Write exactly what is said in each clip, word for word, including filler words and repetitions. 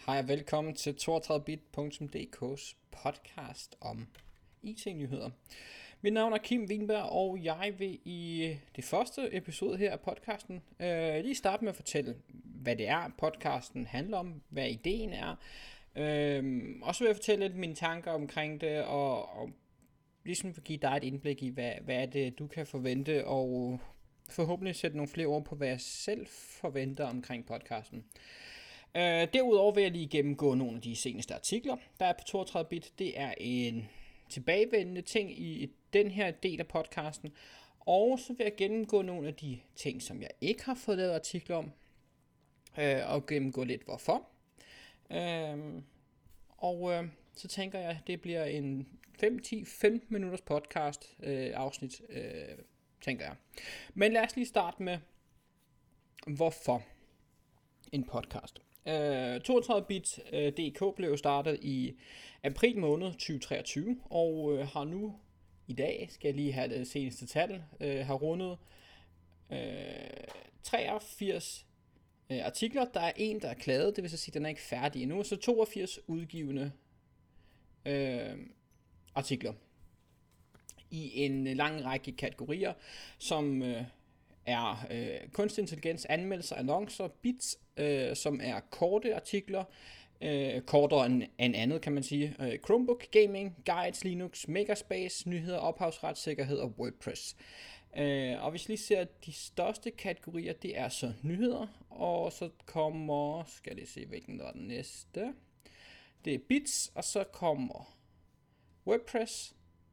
Hej og velkommen til toogtredive bit punktum d k's podcast om I T-nyheder. Mit navn er Kim Wienberg, og jeg vil i det første episode her af podcasten øh, lige starte med at fortælle, hvad det er, podcasten handler om, hvad ideen er. Øh, og så vil jeg fortælle lidt mine tanker omkring det, og, og ligesom give dig et indblik i, hvad, hvad er det, du kan forvente, og forhåbentlig sætte nogle flere ord på, hvad jeg selv forventer omkring podcasten. Uh, derudover vil jeg lige gennemgå nogle af de seneste artikler, der er på toogtredive bit. Det er en tilbagevendende ting i den her del af podcasten. Og så vil jeg gennemgå nogle af de ting, som jeg ikke har fået lavet artikler om. Uh, og gennemgå lidt hvorfor. Uh, og uh, så tænker jeg, at det bliver en fem til femten minutters podcast uh, afsnit, uh, tænker jeg. Men lad os lige starte med, hvorfor en podcast. Uh, toogtredive bit punktum d k blev startet i april måned tyve treogtyve, og uh, har nu i dag, skal jeg lige have det seneste tal, uh, har rundet uh, treogfirs uh, artikler. Der er en, der er klaget, det vil så sige, at den er ikke færdig endnu, så toogfirs udgivende uh, artikler i en lang række kategorier, som uh, er øh, kunstig intelligens, anmeldelser, annoncer, bits, øh, som er korte artikler, øh, kortere end, end andet, kan man sige. Øh, Chromebook, gaming, guides, Linux, Megaspace, nyheder, ophavsretssikkerhed og WordPress. Øh, og hvis vi lige ser de største kategorier, det er så nyheder, og så kommer, skal jeg lige se, hvilken der er den næste. Det er bits, og så kommer WordPress,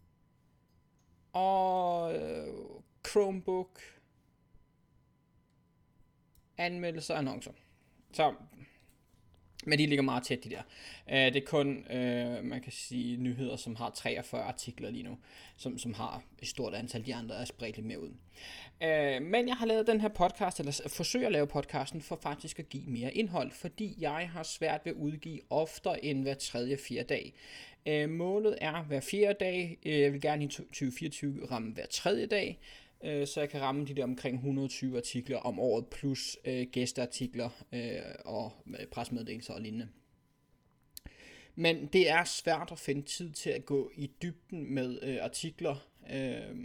og øh, Chromebook, anmeldelser og annoncer. Så, men de ligger meget tæt, de der. Uh, det er kun, uh, man kan sige, nyheder, som har treogfyrre artikler lige nu, som, som har et stort antal, de andre er spredt lidt mere ud. Uh, men jeg har lavet den her podcast, eller forsøger at lave podcasten, for faktisk at give mere indhold, fordi jeg har svært ved at udgive oftere end hver tredje, fjerde dag. Uh, målet er hver fjerde dag. Uh, jeg vil gerne i tyve fireogtyve ramme hver tredje dag, så jeg kan ramme de der omkring et hundrede og tyve artikler om året, plus øh, gæsteartikler øh, og pressemeddelelser og lignende. Men det er svært at finde tid til at gå i dybden med øh, artikler øh,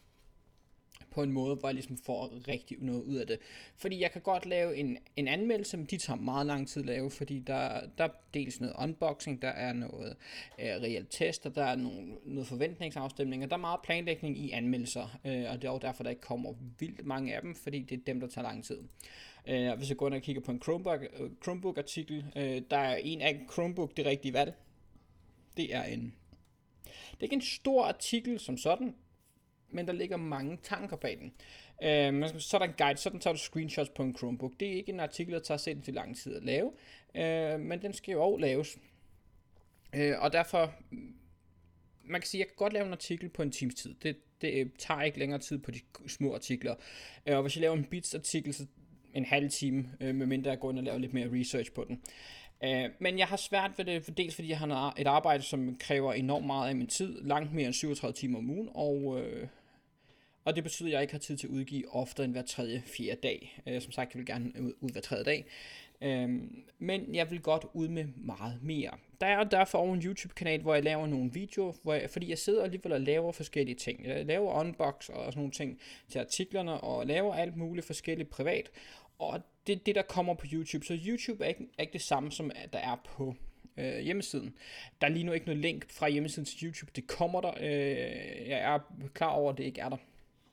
på en måde, hvor jeg ligesom får rigtig noget ud af det. Fordi jeg kan godt lave en, en anmeldelse, men de tager meget lang tid at lave, fordi der, der er dels noget unboxing, der er noget øh, reelt tester, der er nogle, noget forventningsafstemninger, der er meget planlægning i anmeldelser, øh, og det er jo derfor, der ikke kommer vildt mange af dem, fordi det er dem, der tager lang tid. Øh, hvis jeg går ind og kigger på en Chromebook, øh, Chromebook-artikel, øh, der er en af Chromebook det rigtige valg. Det er en, det er ikke en stor artikel som sådan, men der ligger mange tanker bag den. Øh, så er der en guide, så den tager du screenshots på en Chromebook. Det er ikke en artikel, der tager sindssygt lang tid at lave, øh, men den skal jo også laves. Øh, og derfor, man kan sige, jeg kan godt lave en artikel på en times tid. Det, det tager ikke længere tid på de små artikler. Øh, og hvis jeg laver en bits-artikel, så en halv time, øh, medmindre jeg går ind og laver lidt mere research på den. Uh, men jeg har svært ved det, dels fordi jeg har et arbejde, som kræver enormt meget af min tid, langt mere end syvogtredive timer om ugen, og, uh, og det betyder, at jeg ikke har tid til at udgive oftere end hver tredje, fjerde dag. Uh, som sagt, jeg vil gerne ud hver tredje dag, uh, men jeg vil godt ud med meget mere. Der er derfor over en YouTube-kanal, hvor jeg laver nogle videoer, hvor jeg, fordi jeg sidder alligevel og laver forskellige ting. Jeg laver unbox og sådan nogle ting til artiklerne, og laver alt muligt forskelligt privat, og det er det, der kommer på YouTube. Så YouTube er ikke, er ikke det samme, som der er på øh, hjemmesiden. Der er lige nu ikke noget link fra hjemmesiden til YouTube. Det kommer der. Øh, jeg er klar over, at det ikke er der.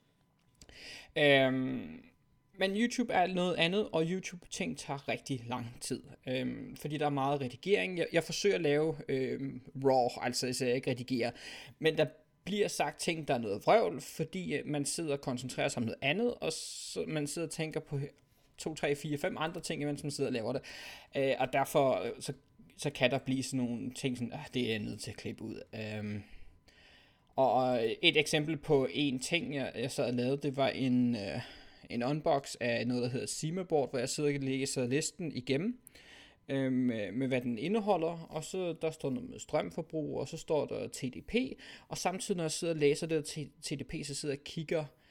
Øhm, men YouTube er noget andet, og YouTube-ting tager rigtig lang tid. Øhm, fordi der er meget redigering. Jeg, jeg forsøger at lave øh, raw, altså jeg siger ikke redigere, men der bliver sagt ting, der er noget vrøvl, fordi man sidder og koncentrerer sig om noget andet, og så man sidder og tænker på to, tre, fire, fem andre ting, imens man sidder og laver det. Øh, og derfor så, så kan der blive sådan nogle ting, sådan, ah, det er jeg nødt til at klippe ud. Øhm, og et eksempel på en ting, jeg, jeg sad og lavede, det var en, øh, en unbox af noget, der hedder Simaboard, hvor jeg sidder og læser listen igennem, øh, med, med hvad den indeholder, og så der står noget med strømforbrug, og så står der T D P, og samtidig når jeg sidder og læser det T D P, så sidder jeg og kigger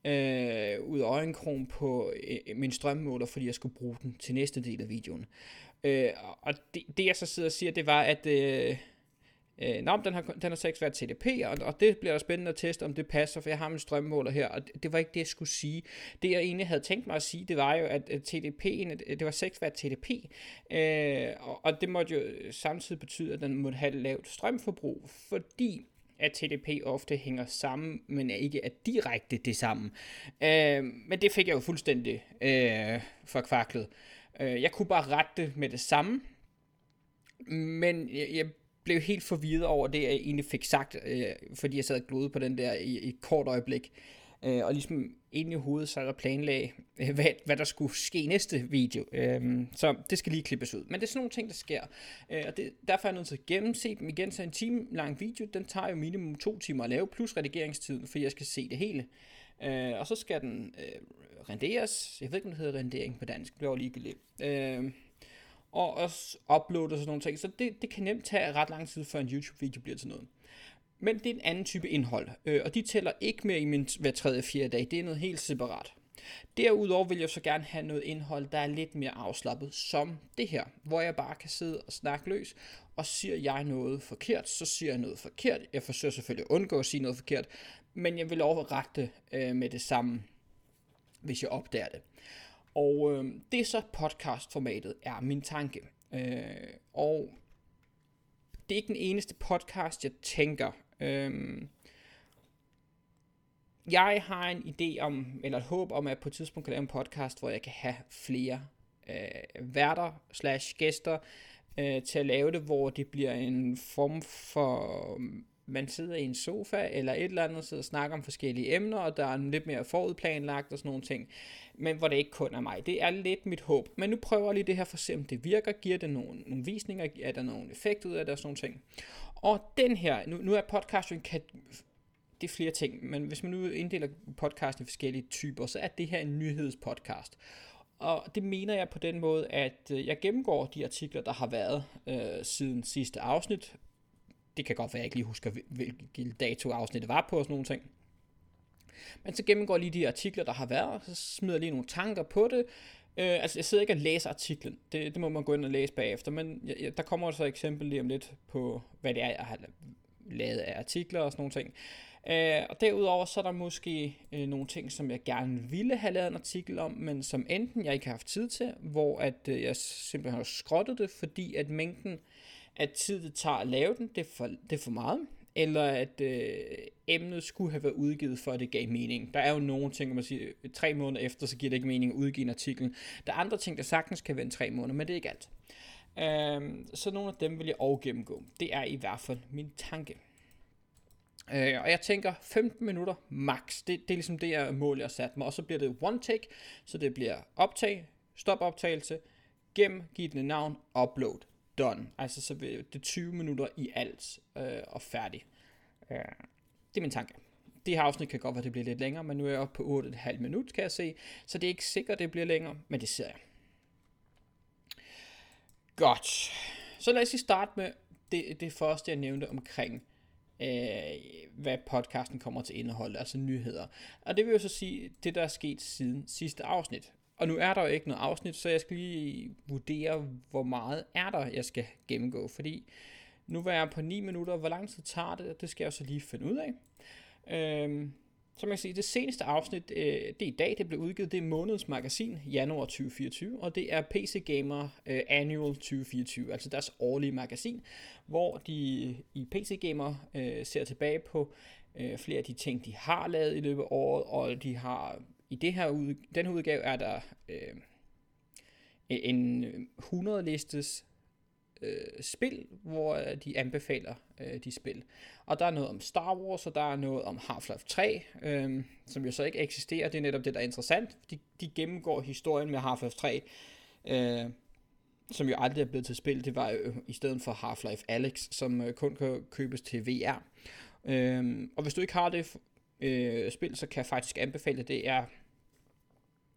øh, ud af øjenkrogen på øh, min strømmåler, fordi jeg skulle bruge den til næste del af videoen. Øh, og det, det jeg så sidder og siger, det var, at øh, øh, nå, den har, den har seks watt T D P, og, og det bliver spændende at teste, om det passer, for jeg har min strømmåler her, og det, det var ikke det, jeg skulle sige. Det jeg egentlig havde tænkt mig at sige, det var jo, at T D P'en, det var seks watt T D P, øh, og, og det måtte jo samtidig betyde, at den måtte have et lavt strømforbrug, fordi at T D P ofte hænger sammen, men ikke er direkte det samme. Øh, men det fik jeg jo fuldstændig øh, forkvaklet. Jeg kunne bare rette det med det samme, men jeg, jeg blev helt forvirret over det, jeg egentlig fik sagt, øh, fordi jeg sad og glodede på den der i, i et kort øjeblik, øh, og ligesom inde i hovedet så der planlagde, øh, hvad, hvad der skulle ske i næste video. Øh, så det skal lige klippes ud. Men det er sådan nogle ting, der sker, øh, og det, derfor er jeg nødt til at gennemse dem igen, så en time lang video, den tager jo minimum to timer at lave, plus redigeringstiden, for jeg skal se det hele. Øh, og så skal den øh, renderes. Jeg ved ikke, om det hedder rendering på dansk. Det var ligegyldigt. Øh, og også uploade og sådan nogle ting. Så det, det kan nemt tage ret lang tid, før en YouTube-video bliver til noget. Men det er en anden type indhold. Øh, og de tæller ikke mere i min hver tredje fjerde dag. Det er noget helt separat. Derudover vil jeg så gerne have noget indhold, der er lidt mere afslappet, som det her. Hvor jeg bare kan sidde og snakke løs. Og siger jeg noget forkert, så siger jeg noget forkert. Jeg forsøger selvfølgelig at undgå at sige noget forkert. Men jeg vil overrette øh, med det samme, hvis jeg opdager det. Og øh, det er så podcastformatet er min tanke. Øh, og det er ikke den eneste podcast, jeg tænker. Øh, jeg har en idé om, eller et håb om, at på et tidspunkt kan lave en podcast, hvor jeg kan have flere øh, værter slash gæster øh, til at lave det, hvor det bliver en form for... man sidder i en sofa eller et eller andet, sidder og snakker om forskellige emner, og der er lidt mere forudplanlagt og sådan nogle ting, men hvor det ikke kun er mig. Det er lidt mit håb, men nu prøver jeg lige det her for at se, om det virker, giver det nogle, nogle visninger, er der nogle effekt ud af det og sådan nogle ting. Og den her, nu, nu er podcast jo en kat, det er flere ting, men hvis man nu inddeler podcast i forskellige typer, så er det her en nyhedspodcast. Og det mener jeg på den måde, at jeg gennemgår de artikler, der har været øh, siden sidste afsnit. Det kan godt være, at jeg ikke lige husker, hvilken dato afsnittet var på og sådan nogle ting. Men så gennemgår jeg lige de artikler, der har været, og så smider jeg lige nogle tanker på det. Øh, altså, jeg sidder ikke og læser artiklen. Det, det må man gå ind og læse bagefter. Men jeg, der kommer så et eksempel lige om lidt på, hvad det er, jeg har lavet af artikler og sådan nogle ting. Øh, og derudover så er der måske øh, nogle ting, som jeg gerne ville have lavet en artikel om, men som enten jeg ikke har haft tid til, hvor at øh, jeg simpelthen har skrottet det, fordi at mængden at tid det tager at lave den, det er for, det er for meget, eller at øh, emnet skulle have været udgivet, for at det gav mening. Der er jo nogle ting, man siger, tre måneder efter, så giver det ikke mening at udgive en artikel. Der er andre ting, der sagtens kan vente tre måneder, men det er ikke alt. Øh, så nogle af dem vil jeg også gennemgå. Det er i hvert fald min tanke. Øh, og jeg tænker femten minutter max. Det, det er ligesom det jeg mål, jeg har sat mig. Og så bliver det one take, så det bliver optag, stop optagelse, gem, giv den et navn, upload. Done. Altså så det er tyve minutter i alt øh, og færdig. Øh, det er min tanke. Det her afsnit kan godt være, det bliver lidt længere, men nu er jeg oppe på otte komma fem minut, kan jeg se. Så det er ikke sikkert, det bliver længere, men det ser jeg. Godt. Så lad os lige starte med det, det første, jeg nævnte omkring, øh, hvad podcasten kommer til indhold, altså nyheder. Og det vil jo så sige, det der er sket siden sidste afsnit. Og nu er der jo ikke noget afsnit, så jeg skal lige vurdere, hvor meget er der, jeg skal gennemgå. Fordi nu var jeg på ni minutter, hvor lang tid tager det, det skal jeg jo så lige finde ud af. Øhm, som jeg kan sige, det seneste afsnit, øh, det er i dag, det blev udgivet, det er månedens magasin, januar tyve fireogtyve, og det er P C Gamer øh, Annual tyve fireogtyve, altså deres årlige magasin, hvor de i P C Gamer øh, ser tilbage på øh, flere af de ting, de har lavet i løbet af året, og de har... I det her ud, den her udgave er der øh, en hundrede listes øh, spil, hvor de anbefaler øh, de spil. Og der er noget om Star Wars, og der er noget om Half-Life tre, øh, som jo så ikke eksisterer. Det er netop det, der er interessant. De, de gennemgår historien med Half-Life tre, øh, som jo aldrig er blevet til spil. Det var jo i stedet for Half-Life Alyx, som øh, kun kan købes til V R. Øh, og hvis du ikke har det øh, spil, så kan jeg faktisk anbefale det. Det er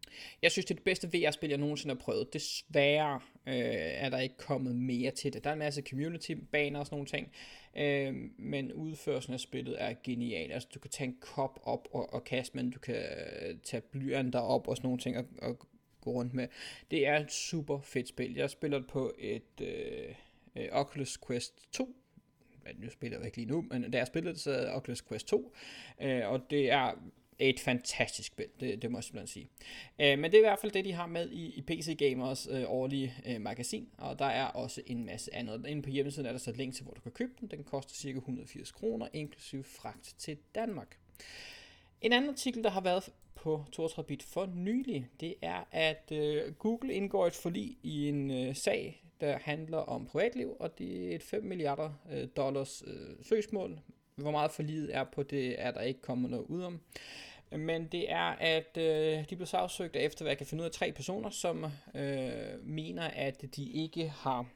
Jeg synes, det er det bedste V R-spil, jeg nogensinde har prøvet. Desværre øh, er der ikke kommet mere til det. Der er en masse community-baner og sådan nogle ting, øh, men udførelsen af spillet er genial. Altså, du kan tage en kop op og, og kaste, men du kan tage blyanter op og sådan nogle ting og, og gå rundt med. Det er et super fedt spil. Jeg spiller det på et øh, øh, Oculus Quest to. Nu spiller jeg ikke lige nu, men da jeg spillede det, så er Oculus Quest to, øh, og det er et fantastisk spil, det, det må jeg simpelthen sige. Øh, men det er i hvert fald det, de har med i, i P C Gamers øh, årlige øh, magasin, og der er også en masse andet. Inde på hjemmesiden er der så et link til, hvor du kan købe den. Den koster ca. et hundrede og firs kroner, inklusive fragt til Danmark. En anden artikel, der har været på toogtredive bit for nylig, det er, at øh, Google indgår et forlig i en øh, sag, der handler om privatliv, og det er et fem milliarder øh, dollars øh, søgsmål. Hvor meget forliget er på det, er der ikke kommet noget ud om. Men det er, at øh, de blev sagsøgt efter, hvad jeg kan finde ud af, tre personer, som øh, mener, at de ikke har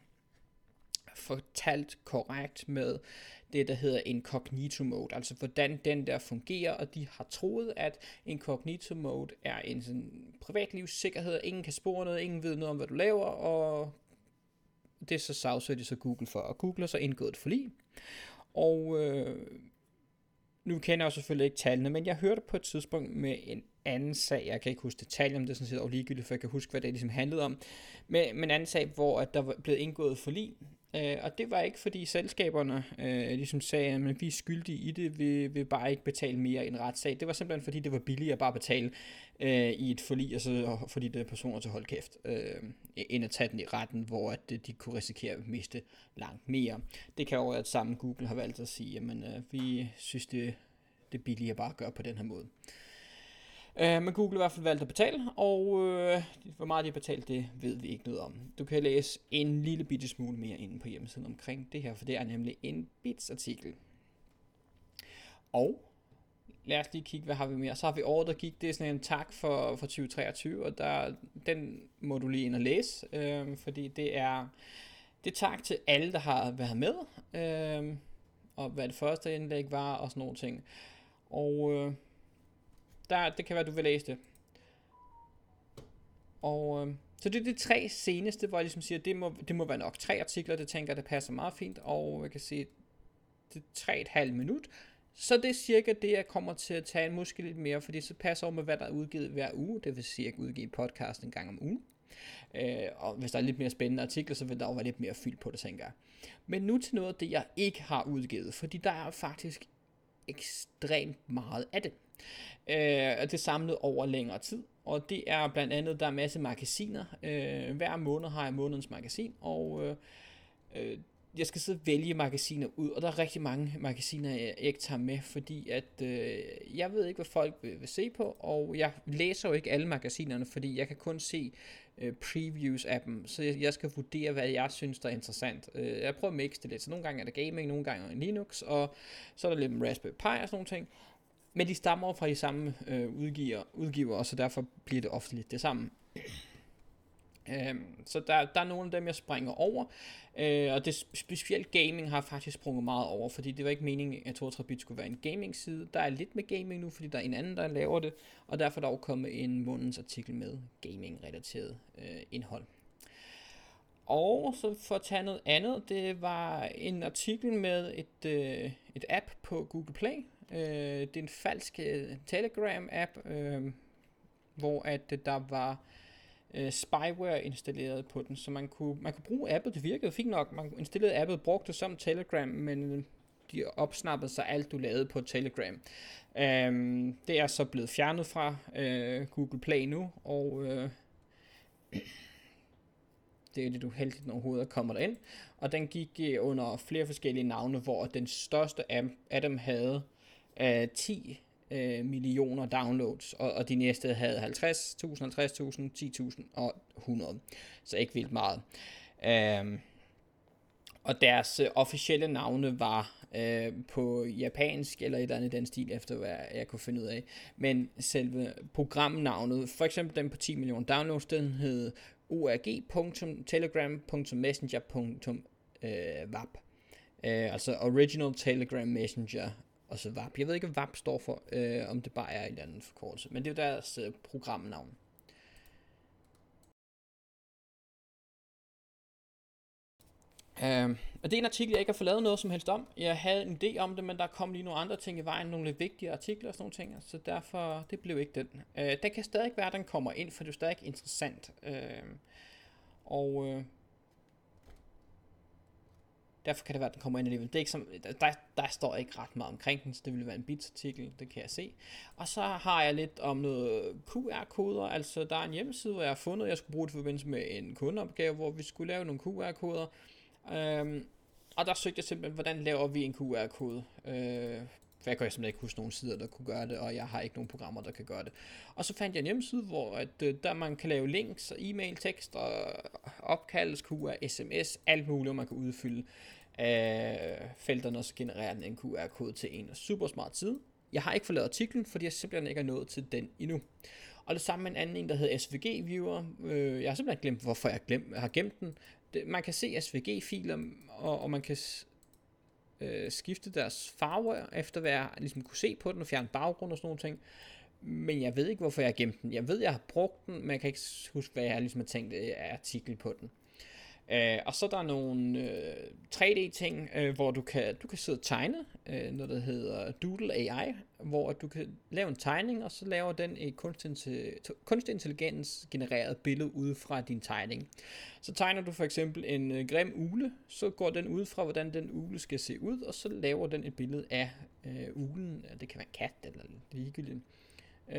fortalt korrekt med det, der hedder incognito mode, altså hvordan den der fungerer, og de har troet, at incognito mode er en sådan privatlivssikkerhed, ingen kan spore noget, ingen ved noget om, hvad du laver, og det er så sagsøgt de så Google for, og Google har så indgået et forlig. Og øh, nu kender jeg selvfølgelig ikke tallene, men jeg hørte på et tidspunkt med en anden sag, jeg kan ikke huske detaljer om det, sådan set også ligegyldigt, for jeg kan huske, hvad det ligesom handlede om, men, men en anden sag, hvor at der var blevet indgået forlig, øh, og det var ikke fordi selskaberne øh, ligesom sagde, at vi er skyldige i det, vi vil bare ikke betale mere i en retssag. Det var simpelthen fordi, det var billigere at bare betale øh, i et forlig, og så fordi det er personer til hold kæft, øh, end at tage den i retten, hvor at de kunne risikere at miste langt mere. Det kan jo være, at sammen Google har valgt at sige, jamen øh, vi synes, det, det er billigere bare at gøre på den her måde. Uh, men Google har i hvert fald valgt at betale, og uh, hvor meget de har betalt, det ved vi ikke noget om. Du kan læse en lille bitte smule mere inde på hjemmesiden omkring det her, for det er nemlig en bits-artikel. Og lad os lige kigge, hvad har vi mere. Så har vi året, der gik. Det er sådan en tak for, for tyve treogtyve, og der, den må du lige ind og læse, uh, fordi det er, det er tak til alle, der har været med, uh, og hvad det første indlæg var, og sådan nogle ting. Og Uh, Der, det kan være, du vil læse det. Og øh, så det er de tre seneste, hvor jeg ligesom siger, det må, det må være nok tre artikler, det tænker jeg, det passer meget fint, og jeg kan sige, det er tre og et halvt minut, så det er cirka det, jeg kommer til at tage måske lidt mere, fordi så passer over med, hvad der er udgivet hver uge, det vil sige, at jeg kan udgive podcast en gang om ugen, øh, og hvis der er lidt mere spændende artikler, så vil der jo være lidt mere fyld på det, tænker jeg. Men nu til noget af det, jeg ikke har udgivet, fordi der er faktisk ekstremt meget af det. Øh, og det er samlet over længere tid, og det er blandt andet, der er en masse magasiner. Øh, hver måned har jeg månedens magasin, og øh, øh, jeg skal sidde og vælge magasiner ud, og der er rigtig mange magasiner, jeg ikke tager med, fordi at øh, jeg ved ikke, hvad folk vil, vil se på, og jeg læser jo ikke alle magasinerne, fordi jeg kan kun se øh, previews af dem, så jeg, jeg skal vurdere, hvad jeg synes, der er interessant. Øh, jeg prøver at mixe det lidt, så nogle gange er det gaming, nogle gange er det Linux, og så er der lidt Raspberry Pi og sådan nogle ting. Men de stammer fra de samme øh, udgiver, udgiver, og så derfor bliver det ofte lidt det samme. øhm, så der, der er nogle af dem, jeg springer over. Øh, og det specielt gaming har jeg faktisk sprunget meget over, fordi det var ikke meningen, at toogtredive bit skulle være en gaming-side. Der er lidt med gaming nu, fordi der er en anden, der laver det, og derfor er der jo kommet en månedens artikel med gaming-relateret øh, indhold. Og så for at tage noget andet, det var en artikel med et, øh, et app på Google Play. Øh, det er en falsk øh, Telegram-app, øh, hvor at der var øh, spyware installeret på den, så man kunne, man kunne bruge appet, det virkede fint nok, man installerede appet, brugte det som Telegram, men de opsnappede sig alt, du lavede på Telegram. Øh, det er så blevet fjernet fra øh, Google Play nu, og øh, det er lidt uheldigt, når overhovedet kommer derind. Og den gik under flere forskellige navne, hvor den største af dem havde øh, ti øh, millioner downloads, og, og de næste havde halvtreds tusind, halvtreds tusind, ti tusind og hundrede. Så ikke vildt meget. Øh, og deres øh, officielle navne var øh, på japansk eller et eller andet den stil, efter hvad jeg kunne finde ud af. Men selve programnavnet, for eksempel den på ti millioner downloads, den hed org punktum telegram punktum messenger punktum w a p. Uh, altså Original Telegram Messenger, og så W A P. Jeg ved ikke, hvad W A P står for, uh, om det bare er et eller andet forkortelse, men det er jo deres uh, programnavn. Uh, og det er en artikel, jeg ikke har fået lavet noget som helst om. Jeg havde en idé om det, men der kom lige nogle andre ting i vejen, nogle lidt vigtige artikler og sådan nogle ting, så derfor, det blev ikke den. Uh, det kan stadig være, at den kommer ind, for det er stadig interessant. Uh, og uh, derfor kan det være, at den kommer ind alligevel. Det er ikke som, der, der står ikke ret meget omkring den, så det ville være en bits-artikel, det kan jeg se. Og så har jeg lidt om noget Q R-koder, altså der er en hjemmeside, hvor jeg har fundet, jeg skulle bruge det i forbindelse med en kundeopgave, hvor vi skulle lave nogle Q R-koder. Um, og der søgte jeg simpelthen, hvordan laver vi en Q R-kode. Uh, for jeg kan simpelthen ikke huske nogen sider, der kunne gøre det, og jeg har ikke nogen programmer, der kan gøre det. Og så fandt jeg en hjemmeside, hvor at, uh, der man kan lave links, e-mail, tekst, og opkaldes, Q R, sms, alt muligt, og man kan udfylde uh, felterne, og så genererer den en Q R-kode til en super smart side. Jeg har ikke fået lavet artiklen, fordi jeg simpelthen ikke er nået til den endnu. Og det samme med en anden en, der hedder S V G Viewer. Uh, jeg har simpelthen glemt, hvorfor jeg glem, har gemt den. Det, man kan se S V G-filer, og, og man kan øh, skifte deres farver, efter hvad jeg ligesom kunne se på den, og fjerne baggrund og sådan nogle ting. Men jeg ved ikke, hvorfor jeg har gemt den. Jeg ved, jeg har brugt den, men jeg kan ikke huske, hvad jeg ligesom har tænkt af artikel på den. Uh, og så er der nogle uh, tre D-ting, uh, hvor du kan, du kan sidde og tegne, uh, noget der hedder Doodle A I, hvor du kan lave en tegning, og så laver den et kunstig intelligens genereret billede ud fra din tegning. Så tegner du for eksempel en uh, grim ugle, så går den ud fra, hvordan den ugle skal se ud, og så laver den et billede af uh, uglen. Det kan være en kat eller ligegyldigt. Uh,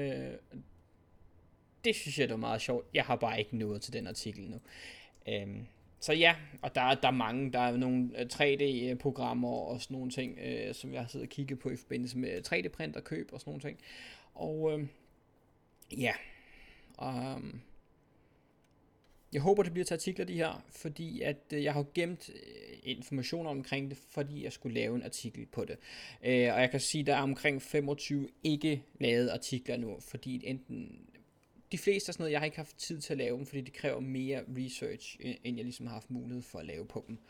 det synes jeg, det er meget sjovt. Jeg har bare ikke nået til den artikel nu. Uh, Så ja, og der, der er mange, der er nogle tre D-programmer og sådan nogle ting, øh, som jeg har siddet og kigget på i forbindelse med tre D-printerkøb og sådan nogle ting. Og øh, ja, og, øh, jeg håber, det bliver til artikler de her, fordi at øh, jeg har gemt øh, informationer omkring det, fordi jeg skulle lave en artikel på det. Øh, og jeg kan sige, at der er omkring femogtyve ikke lavede artikler nu, fordi enten... De fleste er sådan noget, jeg har ikke haft tid til at lave dem, fordi det kræver mere research, end jeg ligesom har haft mulighed for at lave på dem.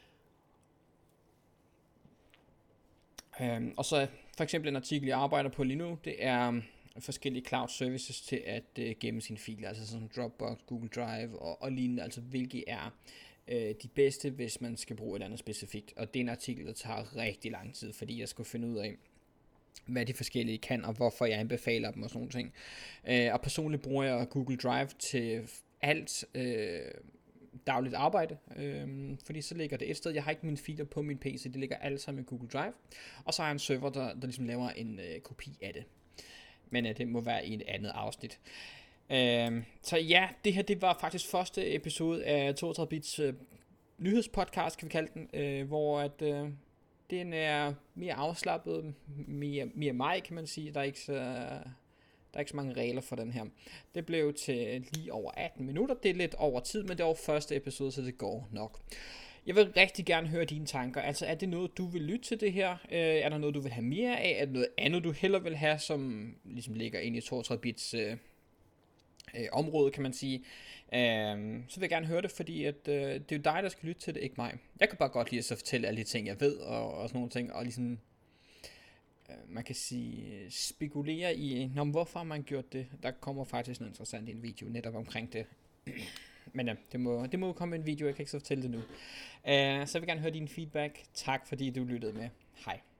Um, og så for eksempel en artikel, jeg arbejder på lige nu, det er um, forskellige cloud services til at uh, gemme sine filer, altså sådan Dropbox, Google Drive og, og lignende, altså hvilke er uh, de bedste, hvis man skal bruge et andet specifikt. Og det er en artikel, der tager rigtig lang tid, fordi jeg skulle finde ud af, hvad de forskellige kan, og hvorfor jeg anbefaler dem og sådan nogle ting. Øh, og personligt bruger jeg Google Drive til alt øh, dagligt arbejde, øh, fordi så ligger det et sted. Jeg har ikke mine filer på min P C, det ligger alt sammen i Google Drive, og så har jeg en server, der, der ligesom laver en øh, kopi af det. Men øh, det må være i et andet afsnit. Øh, så ja, det her det var faktisk første episode af toogtredive bits øh, nyhedspodcast, kan vi kalde den, øh, hvor at... Øh, Den er mere afslappet, mere, mere mig, kan man sige. Der er, ikke så, der er ikke så mange regler for den her. Det blev til lige over atten minutter. Det er lidt over tid, men det er jo første episode, så det går nok. Jeg vil rigtig gerne høre dine tanker. Altså, er det noget, du vil lytte til det her? Øh, er der noget, du vil have mere af? Er det noget andet, du hellere vil have, som ligesom ligger ind i toogtredive bits øh, øh, område, kan man sige? Øh, så vil jeg gerne høre det, fordi at, øh, det er jo dig, der skal lytte til det, ikke mig. Jeg kan bare godt lide at så fortælle alle de ting, jeg ved, og, og sådan nogle ting, og ligesom, øh, man kan sige, spekulere i, nå, hvorfor har man gjort det? Der kommer faktisk noget interessant i en video netop omkring det. Men ja, det må, det må komme en video, jeg kan ikke så fortælle det nu. Uh, så vil jeg gerne høre din feedback. Tak fordi du lyttede med. Hej.